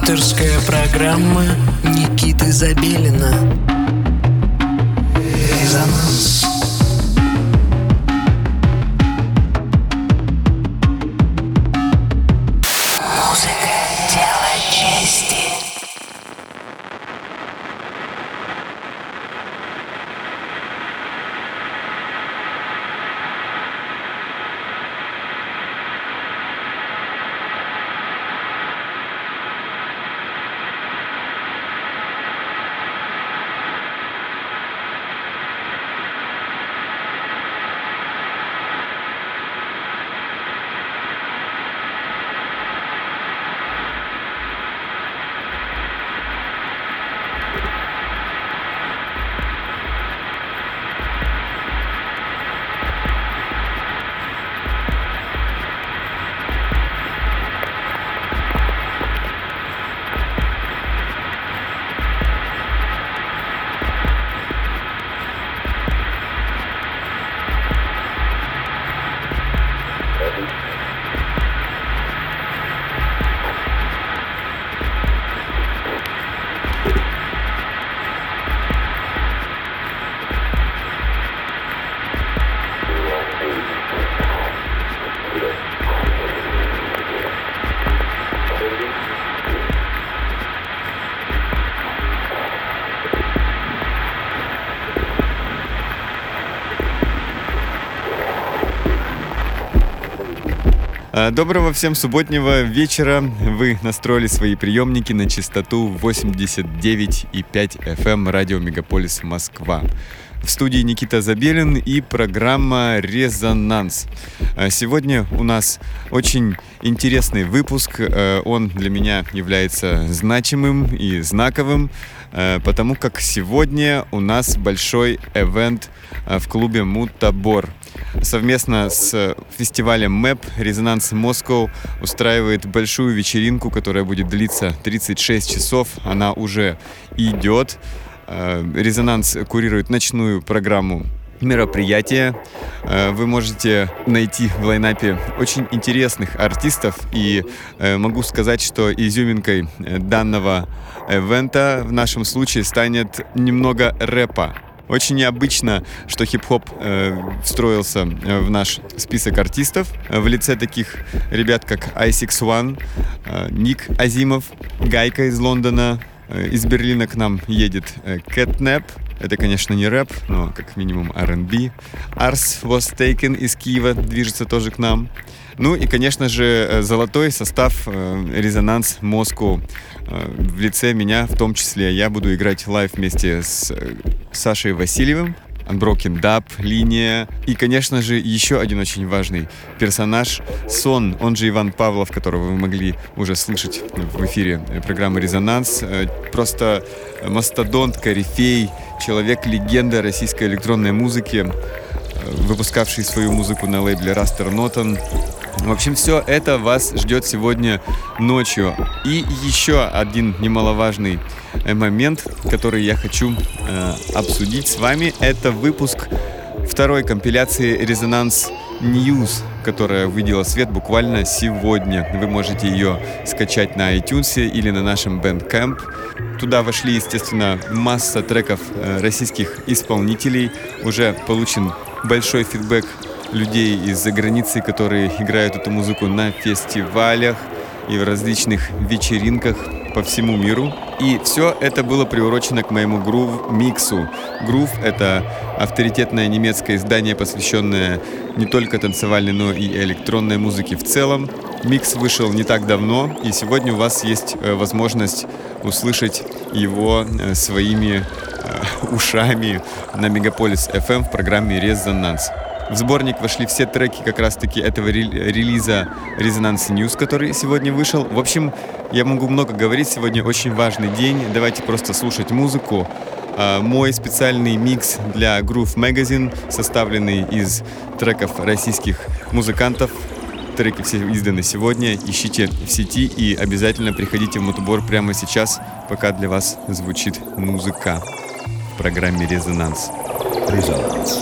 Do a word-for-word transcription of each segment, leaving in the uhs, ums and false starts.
Авторская программа Никиты Забелина. Резонанс. Музыка — дело чести. Доброго всем субботнего вечера. Вы настроили свои приемники на частоту восемьдесят девять и пять эф эм радио Мегаполис Москва. В студии Никита Забелин и программа «Резонанс». Сегодня у нас очень интересный выпуск. Он для меня является значимым и знаковым, потому как сегодня у нас большой ивент в клубе Мутабор. Совместно с фестивалем мэп «Резонанс Москва» устраивает большую вечеринку, которая будет длиться тридцать шесть часов. Она уже идет. «Резонанс» курирует ночную программу мероприятия. Вы можете найти в лайнапе очень интересных артистов, и могу сказать, что изюминкой данного ивента в нашем случае станет немного рэпа. Очень необычно, что хип-хоп э, встроился в наш список артистов в лице таких ребят, как ай сикс уан, э, Ник Азимов, Гайка из Лондона. Э, из Берлина к нам едет э, Catnap. Это, конечно, не рэп, но как минимум ар энд би. Ars Was Taken из Киева движется тоже к нам. Ну и, конечно же, золотой состав «Резонанс Москва» в лице меня в том числе. Я буду играть лайв вместе с Сашей Васильевым, Unbroken Dub, Линия и, конечно же, еще один очень важный персонаж — Сон, он же Иван Павлов, которого вы могли уже слышать в эфире программы «Резонанс». Просто мастодонт, корифей, человек-легенда российской электронной музыки, выпускавший свою музыку на лейбле Raster Noton. В общем, все это вас ждет сегодня ночью. И еще один немаловажный момент, который я хочу э, обсудить с вами, это выпуск второй компиляции «Резонанс News», которая увидела свет буквально сегодня. Вы можете ее скачать на iTunes или на нашем Bandcamp. Туда вошли, естественно, масса треков э, российских исполнителей. Уже получен большой фидбэк людей из-за границы, которые играют эту музыку на фестивалях и в различных вечеринках по всему миру. И все это было приурочено к моему грув-миксу. Грув — это авторитетное немецкое издание, посвященное не только танцевальной, но и электронной музыке в целом. Микс вышел не так давно, и сегодня у вас есть возможность услышать его своими ушами на Мегаполис эф эм в программе «Резонанс». В сборник вошли все треки как раз-таки этого релиза Резонанс News, который сегодня вышел. В общем, я могу много говорить, сегодня очень важный день. Давайте просто слушать музыку. Мой специальный микс для Groove Magazine, составленный из треков российских музыкантов. Треки все изданы сегодня. Ищите в сети и обязательно приходите в Мутабор прямо сейчас, пока для вас звучит музыка в программе «Резонанс». Резонанс.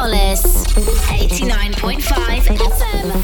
Megapolis, eighty-nine point five F M.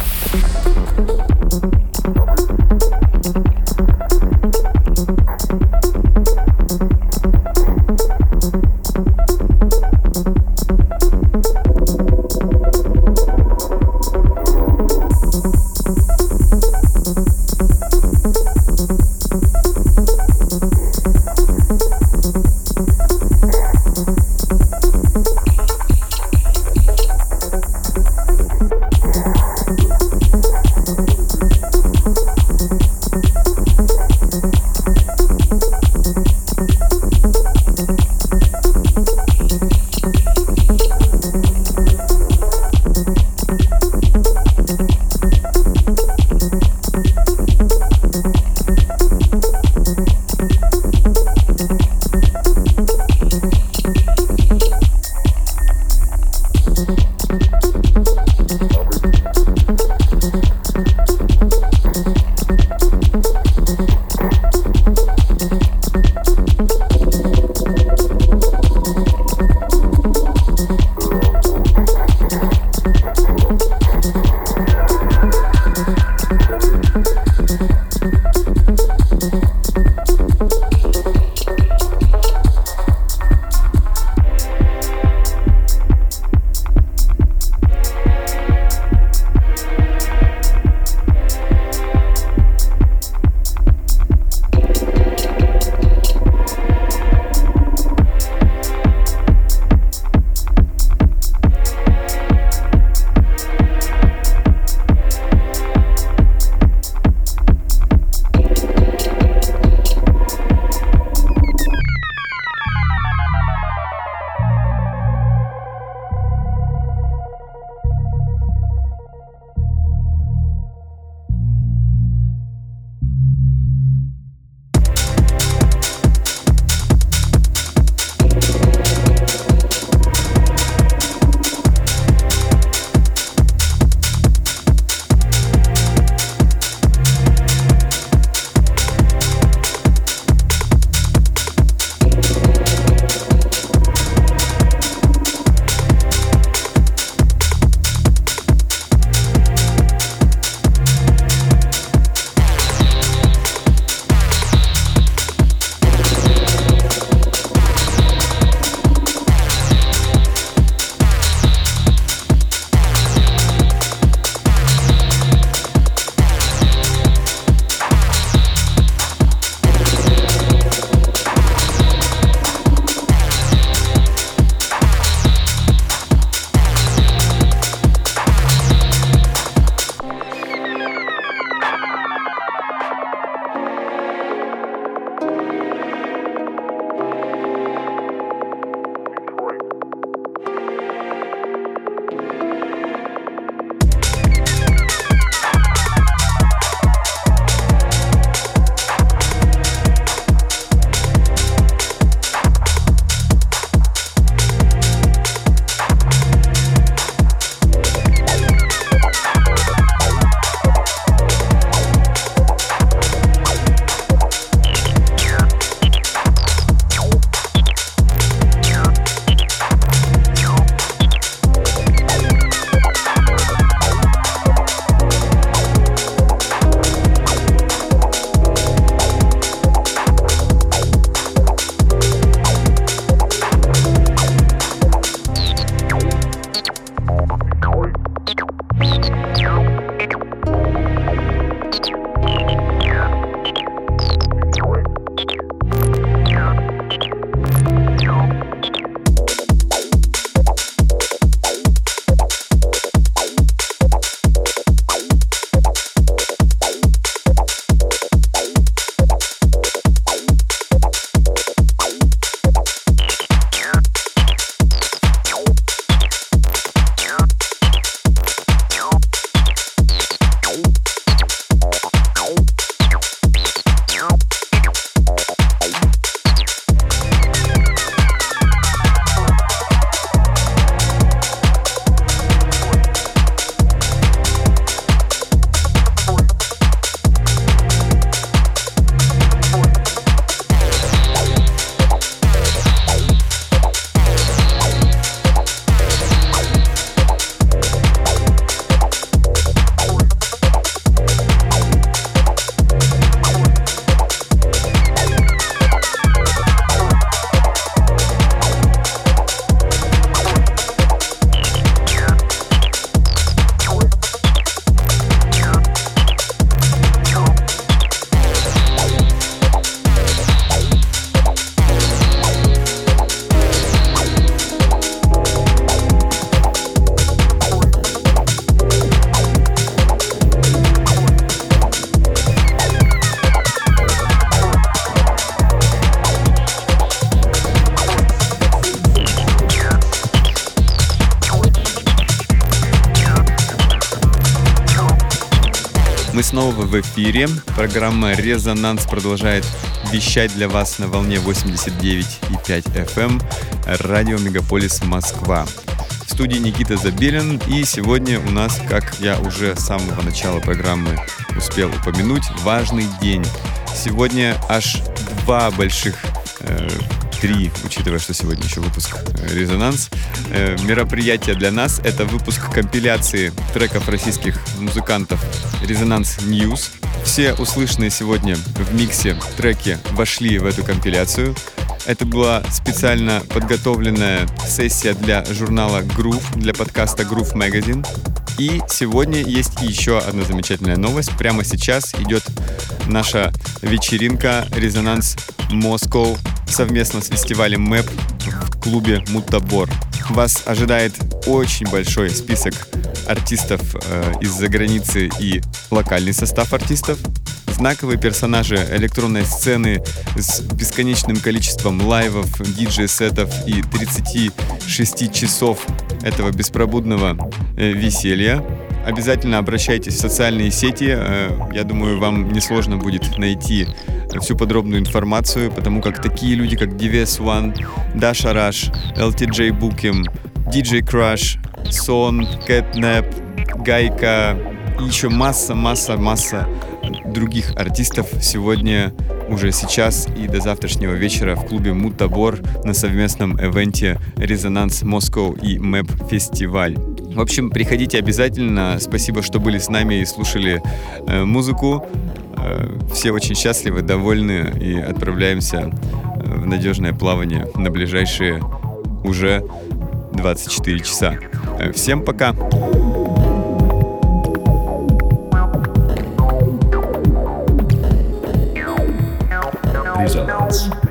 снова в эфире. Программа «Резонанс» продолжает вещать для вас на волне восемьдесят девять и пять эф эм радио Мегаполис Москва. В студии Никита Забелин, и сегодня у нас, как я уже с самого начала программы успел упомянуть, важный день. Сегодня аж два больших, э, три, учитывая, что сегодня еще выпуск э, «Резонанс», э, мероприятия для нас. Это выпуск компиляции треков российских музыкантов «Резонанс Ньюс». Все услышанные сегодня в миксе треки вошли в эту компиляцию. Это была специально подготовленная сессия для журнала Groove, для подкаста Groove Magazine. И сегодня есть еще одна замечательная новость. Прямо сейчас идет наша вечеринка «Резонанс Moscow» совместно с фестивалем мэп в клубе «Мутабор». Вас ожидает очень большой список артистов э, из-за границы и локальный состав артистов. Знаковые персонажи электронной сцены с бесконечным количеством лайвов, диджей-сетов и тридцати шести часов этого беспробудного э, веселья. Обязательно обращайтесь в социальные сети. Э, я думаю, вам несложно будет найти всю подробную информацию, потому как такие люди, как ди ви эс один, Dasha Rush, эл ти джей Bookim, диджей Crush, Сон, Catnap, Гайка и еще масса-масса-масса других артистов сегодня, уже сейчас и до завтрашнего вечера в клубе Мутабор на совместном ивенте «Резонанс Moscow» и мэп Фестиваль. В общем, приходите обязательно. Спасибо, что были с нами и слушали э, музыку. Э, все очень счастливы, довольны и отправляемся в надежное плавание на ближайшие уже двадцать четыре часа. Э, всем пока! Резонанс.